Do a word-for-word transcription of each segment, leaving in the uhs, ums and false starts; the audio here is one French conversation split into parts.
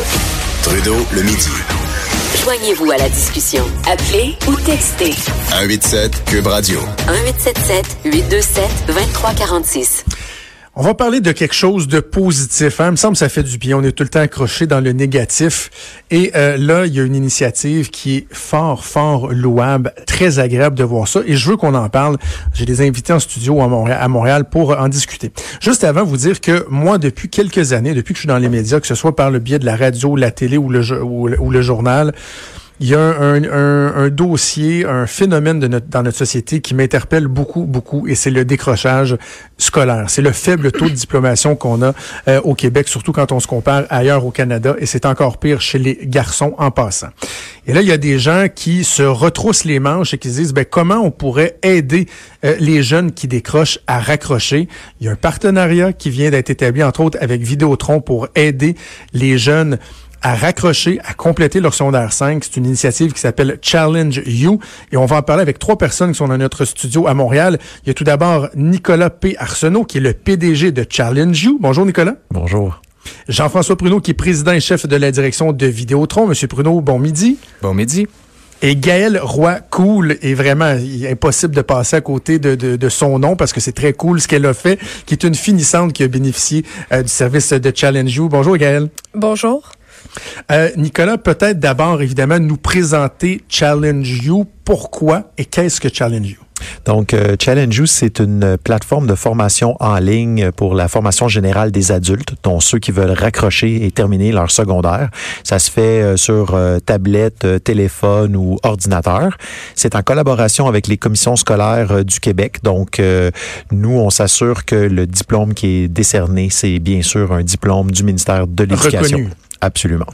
Trudeau le midi. Joignez-vous à la discussion. Appelez ou textez. un huit sept Cube Radio. un huit sept sept huit deux sept deux trois quatre six. On va parler de quelque chose de positif. Hein? Il me semble que ça fait du bien. On est tout le temps accroché dans le négatif. Et euh, là, il y a une initiative qui est fort, fort louable, très agréable de voir ça. Et je veux qu'on en parle. J'ai des invités en studio à Montréal, à Montréal pour en discuter. Juste avant, vous dire que moi, depuis quelques années, depuis que je suis dans les médias, que ce soit par le biais de la radio, la télé ou le, ou, ou le journal, il y a un, un, un dossier, un phénomène de notre, dans notre société qui m'interpelle beaucoup, beaucoup, et c'est le décrochage scolaire. C'est le faible taux de diplomation qu'on a euh, au Québec, surtout quand on se compare ailleurs au Canada, et c'est encore pire chez les garçons en passant. Et là, il y a des gens qui se retroussent les manches et qui se disent, ben comment on pourrait aider euh, les jeunes qui décrochent à raccrocher. Il y a un partenariat qui vient d'être établi, entre autres, avec Vidéotron pour aider les jeunes à raccrocher, à compléter leur secondaire cinq. C'est une initiative qui s'appelle Challenge You. Et on va en parler avec trois personnes qui sont dans notre studio à Montréal. Il y a tout d'abord Nicolas P. Arsenault, qui est le P D G de Challenge You. Bonjour, Nicolas. Bonjour. Jean-François Pruneau, qui est président et chef de la direction de Vidéotron. Monsieur Pruneau, bon midi. Bon midi. Et Gaël Roy-Cool, est vraiment il est impossible de passer à côté de, de, de son nom parce que c'est très cool ce qu'elle a fait, qui est une finissante qui a bénéficié euh, du service de Challenge You. Bonjour, Gaël. Bonjour. Euh, Nicolas, peut-être d'abord, évidemment, nous présenter Challenge You. Pourquoi et qu'est-ce que Challenge You? Donc, euh, Challenge You, c'est une plateforme de formation en ligne pour la formation générale des adultes, dont ceux qui veulent raccrocher et terminer leur secondaire. Ça se fait euh, sur euh, tablette, euh, téléphone ou ordinateur. C'est en collaboration avec les commissions scolaires euh, du Québec. Donc, euh, nous, on s'assure que le diplôme qui est décerné, c'est bien sûr un diplôme du ministère de l'Éducation. Reconnu. Absolument.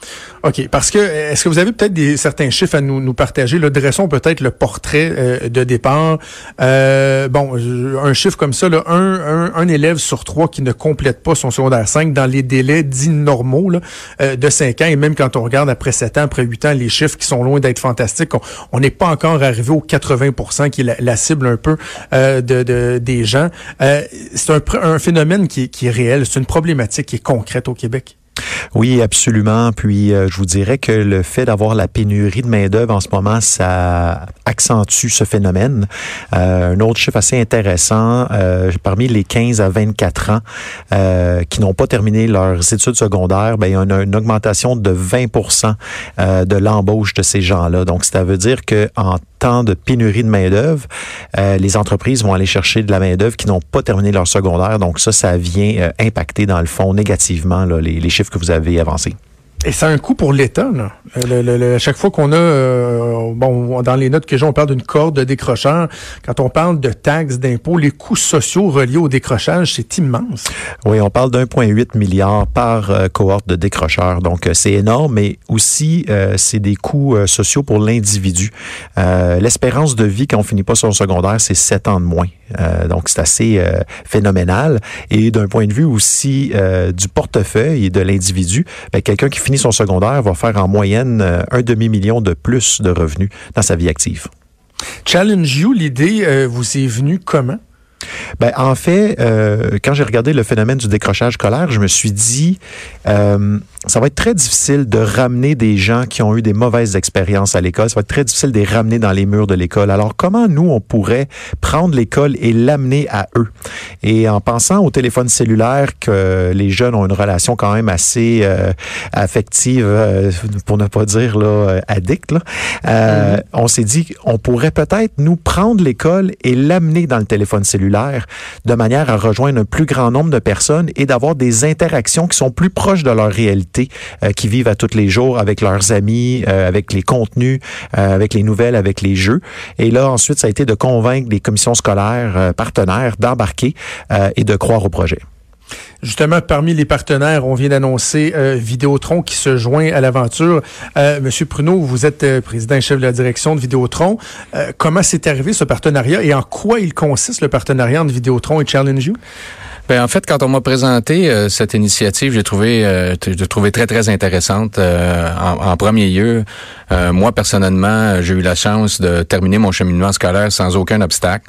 OK. Parce que, est-ce que vous avez peut-être des certains chiffres à nous, nous partager? Là, dressons peut-être le portrait euh, de départ. Euh, bon, un chiffre comme ça, là, un, un, un élève sur trois qui ne complète pas son secondaire cinq dans les délais dits normaux là, euh, de cinq ans. Et même quand on regarde après sept ans, après huit ans, les chiffres qui sont loin d'être fantastiques, on n'est pas encore arrivé aux quatre-vingts pour cent qui est la, la cible un peu euh, de, de des gens. Euh, c'est un, un phénomène qui, qui est réel. C'est une problématique qui est concrète au Québec. Oui, absolument. Puis, euh, je vous dirais que le fait d'avoir la pénurie de main-d'œuvre en ce moment, ça accentue ce phénomène. Euh, un autre chiffre assez intéressant, euh, parmi les quinze à vingt-quatre ans euh, qui n'ont pas terminé leurs études secondaires, ben, il y a une, une augmentation de vingt pour cent euh, de l'embauche de ces gens-là. Donc, ça veut dire que en temps de pénurie de main-d'œuvre, euh, les entreprises vont aller chercher de la main-d'œuvre qui n'ont pas terminé leur secondaire. Donc, ça, ça vient euh, impacter, dans le fond, négativement là, les, les chiffres que vous avez avancés. Et c'est un coût pour l'État, là. Le, le, le, à chaque fois qu'on a, euh, bon, dans les notes que j'ai, on parle d'une cohorte de décrocheurs. Quand on parle de taxes, d'impôts, les coûts sociaux reliés au décrochage, c'est immense. Oui, on parle d'un virgule huit milliard par euh, cohorte de décrocheurs. Donc, euh, c'est énorme, mais aussi, euh, c'est des coûts euh, sociaux pour l'individu. Euh, l'espérance de vie, quand on finit pas son secondaire, c'est sept ans de moins. Euh, donc, c'est assez euh, phénoménal. Et d'un point de vue aussi euh, du portefeuille et de l'individu, ben, quelqu'un qui finit son secondaire va faire en moyenne euh, un demi-million de plus de revenus dans sa vie active. Challenge You, l'idée euh, vous est venue comment? Ben, en fait, euh, quand j'ai regardé le phénomène du décrochage scolaire, je me suis dit, euh, ça va être très difficile de ramener des gens qui ont eu des mauvaises expériences à l'école. Ça va être très difficile de les ramener dans les murs de l'école. Alors, comment nous, on pourrait prendre l'école et l'amener à eux? Et en pensant au téléphone cellulaire, que les jeunes ont une relation quand même assez euh, affective, euh, pour ne pas dire là, addict, là, euh, mm-hmm. on s'est dit, on pourrait peut-être nous prendre l'école et l'amener dans le téléphone cellulaire de manière à rejoindre un plus grand nombre de personnes et d'avoir des interactions qui sont plus proches de leur réalité, euh, qui vivent à tous les jours avec leurs amis, euh, avec les contenus, euh, avec les nouvelles, avec les jeux. Et là, ensuite, ça a été de convaincre les commissions scolaires euh, partenaires d'embarquer euh, et de croire au projet. Justement, parmi les partenaires, on vient d'annoncer euh, Vidéotron qui se joint à l'aventure. Euh, Monsieur Pruneau, vous êtes euh, président et chef de la direction de Vidéotron. Euh, comment c'est arrivé ce partenariat et en quoi il consiste le partenariat entre Vidéotron et Challenge You? Ben, en fait, quand on m'a présenté euh, cette initiative, j'ai trouvé, euh, j'ai trouvé très, très intéressante. Euh, en, en premier lieu, euh, moi, personnellement, j'ai eu la chance de terminer mon cheminement scolaire sans aucun obstacle.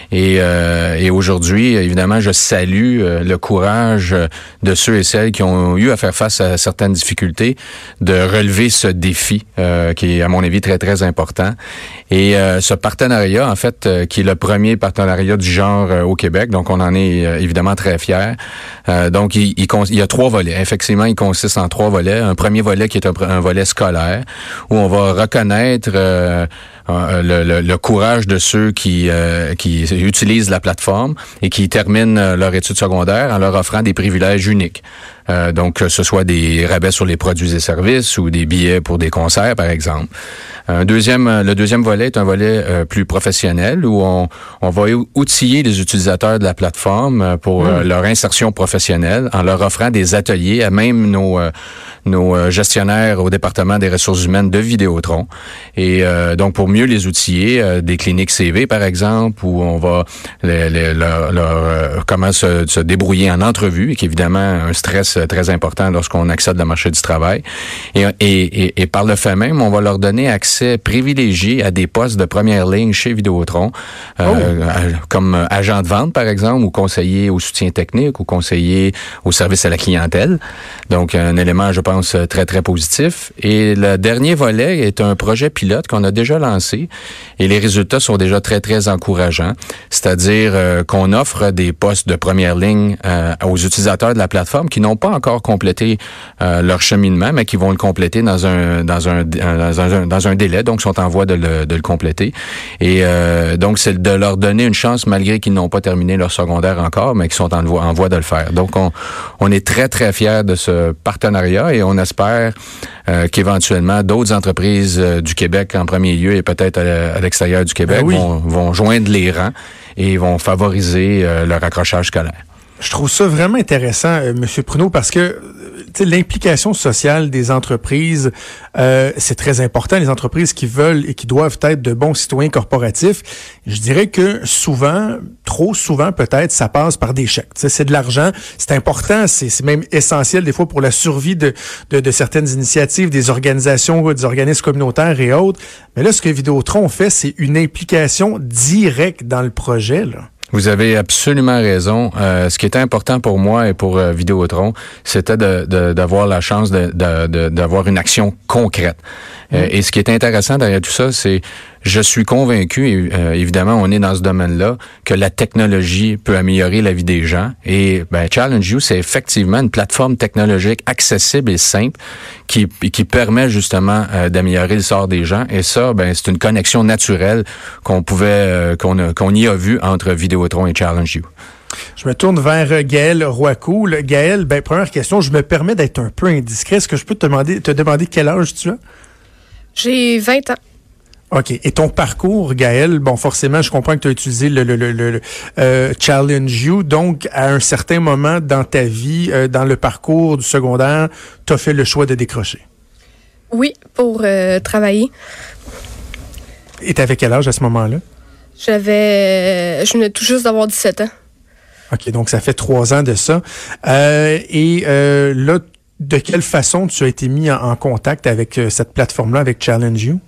Et, euh, et aujourd'hui, évidemment, je salue euh, le courage de ceux et celles qui ont eu à faire face à certaines difficultés de relever ce défi euh, qui est, à mon avis, très, très important. Et euh, ce partenariat, en fait, euh, qui est le premier partenariat du genre euh, au Québec, donc on en est euh, évidemment très fiers. Euh, donc, il, il, il y a trois volets. Effectivement, il consiste en trois volets. Un premier volet qui est un, un volet scolaire, où on va reconnaître euh, le, le, le courage de ceux qui, euh, qui utilisent la plateforme et qui terminent leur étude secondaire en leur offrant des privilèges uniques. Euh, donc, que ce soit des rabais sur les produits et services ou des billets pour des concerts, par exemple. Un deuxième, le deuxième volet est un volet euh, plus professionnel où on, on va outiller les utilisateurs de la plateforme pour mmh. euh, leur insertion professionnelle en leur offrant des ateliers à même nos, euh, nos gestionnaires au département des ressources humaines de Vidéotron. Et euh, donc, pour mieux les outiller, euh, des cliniques C V, par exemple, où on va les, les, leur, leur, euh, comment se, se débrouiller en entrevue, et qui est évidemment un stress très important lorsqu'on accède au marché du travail. Et, et, et, et par le fait même, on va leur donner accès privilégié à des postes de première ligne chez Vidéotron, euh, oh. comme agent de vente, par exemple, ou conseiller au soutien technique, ou conseiller au service à la clientèle. Donc, un élément, je pense, très, très positif. Et le dernier volet est un projet pilote qu'on a déjà lancé, et les résultats sont déjà très, très encourageants. C'est-à-dire euh, qu'on offre des postes de première ligne euh, aux utilisateurs de la plateforme qui n'ont pas encore complété euh, leur cheminement, mais qui vont le compléter dans un dans un dans un, dans un délai, donc sont en voie de le, de le compléter. Et euh, donc, c'est de leur donner une chance, malgré qu'ils n'ont pas terminé leur secondaire encore, mais qui sont en voie, en voie de le faire. Donc, on, on est très, très fiers de ce partenariat et on espère euh, qu'éventuellement, d'autres entreprises euh, du Québec en premier lieu et peut-être à, à l'extérieur du Québec ben oui. vont, vont joindre les rangs et vont favoriser euh, leur accrochage scolaire. Je trouve ça vraiment intéressant, euh, M. Pruneau, parce que l'implication sociale des entreprises, euh, c'est très important. Les entreprises qui veulent et qui doivent être de bons citoyens corporatifs, je dirais que souvent, trop souvent peut-être, ça passe par des chèques. T'sais, c'est de l'argent, c'est important, c'est, c'est même essentiel des fois pour la survie de, de, de certaines initiatives, des organisations, des organismes communautaires et autres. Mais là, ce que Vidéotron fait, c'est une implication directe dans le projet, là. Vous avez absolument raison. Euh, ce qui était important pour moi et pour euh, Vidéotron, c'était de, de, d'avoir la chance de, de, de, d'avoir une action concrète. Mmh. Euh, et ce qui est intéressant derrière tout ça, c'est je suis convaincu, et euh, évidemment, on est dans ce domaine-là, que la technologie peut améliorer la vie des gens. Et ben, Challenge You, c'est effectivement une plateforme technologique accessible et simple qui, qui permet justement euh, d'améliorer le sort des gens. Et ça, ben, c'est une connexion naturelle qu'on pouvait, euh, qu'on, a, qu'on y a vu entre Vidéotron et Challenge You. Je me tourne vers Gaël Roicoul. Gaël, ben, première question, je me permets d'être un peu indiscret. Est-ce que je peux te demander, te demander quel âge tu as? J'ai vingt ans. OK. Et ton parcours, Gaël, bon, forcément, je comprends que tu as utilisé le, le, le, le euh, Challenge You. Donc, à un certain moment dans ta vie, euh, dans le parcours du secondaire, tu as fait le choix de décrocher. Oui, pour euh, travailler. Et tu avais quel âge à ce moment-là? J'avais... Je venais tout juste d'avoir dix-sept ans. OK, donc ça fait trois ans de ça. Euh, et euh, là, de quelle façon tu as été mis en, en contact avec euh, cette plateforme-là, avec Challenge You?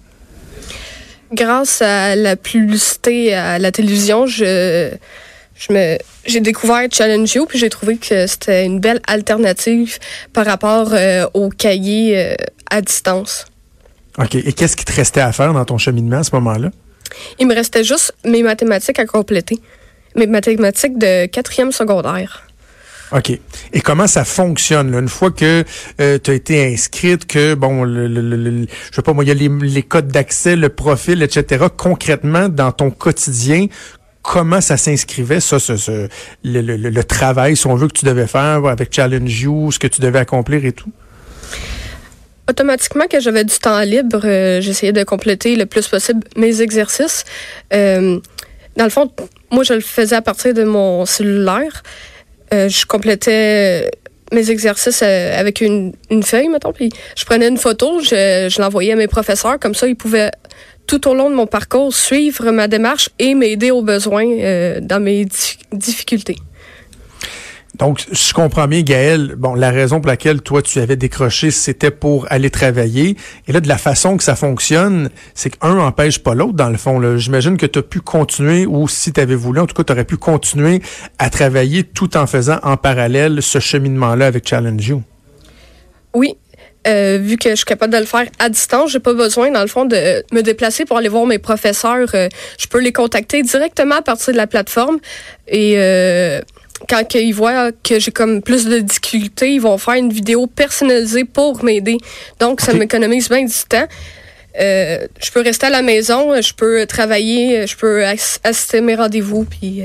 Grâce à la publicité à la télévision, je, je me, j'ai découvert Challenge You, puis j'ai trouvé que c'était une belle alternative par rapport euh, au cahier euh, à distance. OK. Et qu'est-ce qui te restait à faire dans ton cheminement à ce moment-là? Il me restait juste mes mathématiques à compléter. Mes mathématiques de quatrième secondaire. OK. Et comment ça fonctionne, là? Une fois que euh, tu as été inscrite, que, bon, le, le, le, le, je sais pas moi, il y a les, les codes d'accès, le profil, et cetera. Concrètement, dans ton quotidien, comment ça s'inscrivait, ça, ce, ce, le, le, le travail, si on veut, que tu devais faire avec Challenge You, ce que tu devais accomplir et tout? Automatiquement, que j'avais du temps libre, euh, j'essayais de compléter le plus possible mes exercices. Euh, dans le fond, moi, je le faisais à partir de mon cellulaire. Euh, je complétais mes exercices euh, avec une, une feuille, mettons, puis je prenais une photo, je, je l'envoyais à mes professeurs, comme ça, ils pouvaient, tout au long de mon parcours, suivre ma démarche et m'aider aux besoins euh, dans mes di- difficultés. Donc, si je comprends bien, Gaël, bon, la raison pour laquelle toi, tu avais décroché, c'était pour aller travailler. Et là, de la façon que ça fonctionne, c'est qu'un n'empêche pas l'autre, dans le fond. Là. J'imagine que tu as pu continuer, ou si tu avais voulu, en tout cas, tu aurais pu continuer à travailler tout en faisant en parallèle ce cheminement-là avec Challenge You. Oui. Euh, vu que je suis capable de le faire à distance, j'ai pas besoin, dans le fond, de me déplacer pour aller voir mes professeurs. Euh, je peux les contacter directement à partir de la plateforme. Et euh, quand ils voient que j'ai comme plus de difficultés, ils vont faire une vidéo personnalisée pour m'aider. Donc, ça okay. m'économise bien du temps. Euh, je peux rester à la maison, je peux travailler, je peux assister à mes rendez-vous, puis euh,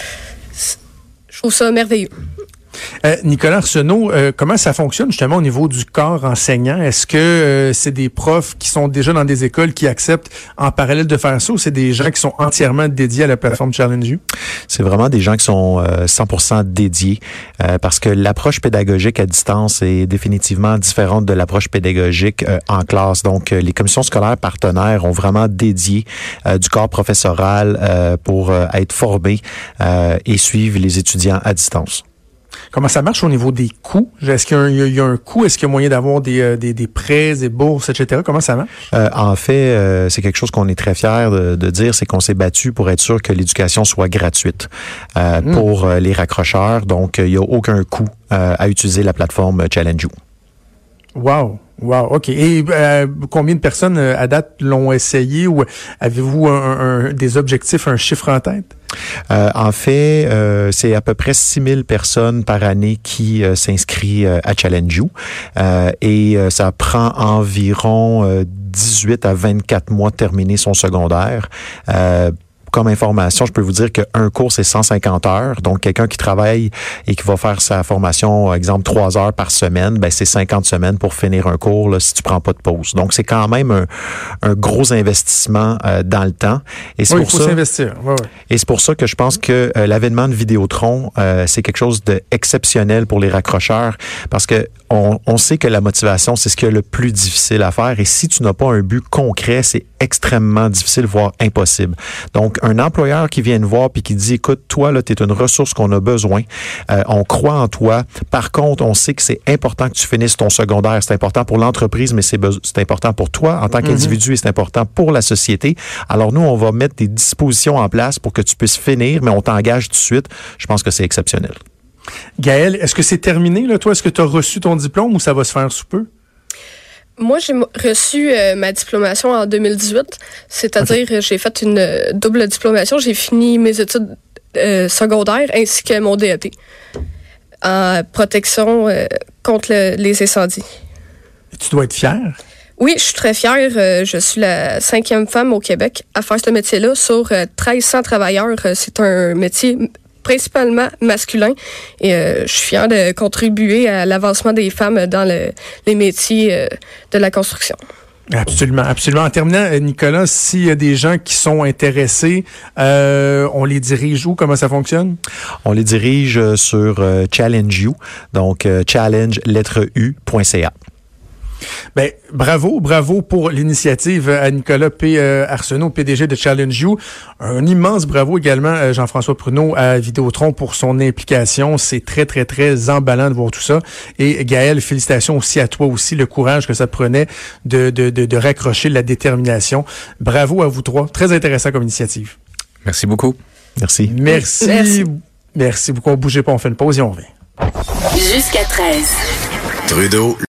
je trouve ça merveilleux. Euh, Nicolas Arsenault, euh, comment ça fonctionne justement au niveau du corps enseignant? Est-ce que euh, c'est des profs qui sont déjà dans des écoles qui acceptent en parallèle de faire ça, ou c'est des gens qui sont entièrement dédiés à la plateforme Challenge You? C'est vraiment des gens qui sont euh, cent pour cent dédiés euh, parce que l'approche pédagogique à distance est définitivement différente de l'approche pédagogique euh, en classe. Donc, euh, les commissions scolaires partenaires ont vraiment dédié euh, du corps professoral euh, pour euh, être formés euh, et suivre les étudiants à distance. Comment ça marche au niveau des coûts? Est-ce qu'il y a un, il y a un coût? Est-ce qu'il y a moyen d'avoir des, euh, des, des prêts, des bourses, et cetera? Comment ça marche? Euh, en fait, euh, c'est quelque chose qu'on est très fiers de, de dire, c'est qu'on s'est battu pour être sûr que l'éducation soit gratuite euh, mmh. pour euh, les raccrocheurs. Donc, il n'y a aucun coût euh, à utiliser la plateforme Challenge You. Wow! Wow, OK. Et euh, combien de personnes euh, à date l'ont essayé, ou avez-vous un, un, des objectifs, un chiffre en tête? Euh, en fait, euh, c'est à peu près six mille personnes par année qui euh, s'inscrivent euh, à Challenge You euh, et euh, ça prend environ euh, dix-huit à vingt-quatre mois de terminer son secondaire. Euh, Comme information, je peux vous dire qu'un cours, c'est cent cinquante heures. Donc, quelqu'un qui travaille et qui va faire sa formation, exemple, trois heures par semaine, ben c'est cinquante semaines pour finir un cours là, si tu prends pas de pause. Donc, c'est quand même un, un gros investissement euh, dans le temps. Et c'est oui, pour il faut ça, s'investir. Ouais, ouais. Et c'est pour ça que je pense que euh, l'avènement de Vidéotron, euh, c'est quelque chose d'exceptionnel pour les raccrocheurs parce que on, on sait que la motivation, c'est ce qui est le plus difficile à faire. Et si tu n'as pas un but concret, c'est extrêmement difficile, voire impossible. Donc, un employeur qui vient nous voir puis qui dit, écoute, toi, là, tu es une ressource qu'on a besoin. Euh, on croit en toi. Par contre, on sait que c'est important que tu finisses ton secondaire. C'est important pour l'entreprise, mais c'est, be- c'est important pour toi en tant qu'individu mm-hmm. et c'est important pour la société. Alors, nous, on va mettre des dispositions en place pour que tu puisses finir, mais on t'engage tout de suite. Je pense que c'est exceptionnel. Gaël, est-ce que c'est terminé, là, toi? Est-ce que tu as reçu ton diplôme ou ça va se faire sous peu? Moi, j'ai reçu euh, ma diplomation en deux mille dix-huit, c'est-à-dire okay. j'ai fait une euh, double diplomation. J'ai fini mes études euh, secondaires ainsi que mon D A T en protection euh, contre le, les incendies. Et tu dois être fière? Oui, je suis très fière. Euh, je suis la cinquième femme au Québec à faire ce métier-là sur euh, mille trois cents travailleurs. Euh, c'est un métier principalement masculin et euh, je suis fière de contribuer à l'avancement des femmes dans le, les métiers euh, de la construction. Absolument, absolument. En terminant, Nicolas, s'il y a des gens qui sont intéressés, euh, on les dirige où? Comment ça fonctionne? On les dirige sur euh, Challenge You, donc euh, challenge lettre u point c a. Ben, bravo, bravo pour l'initiative à Nicolas P. Arsenault, P D G de Challenge You. Un immense bravo également à Jean-François Pruneau à Vidéotron pour son implication. C'est très, très, très emballant de voir tout ça. Et Gaël, félicitations aussi à toi aussi, le courage que ça prenait de, de, de, de raccrocher, la détermination. Bravo à vous trois. Très intéressant comme initiative. Merci beaucoup. Merci. Merci. Merci, Merci beaucoup. Bougez pas, on fait une pause et on revient. Jusqu'à treize. Trudeau.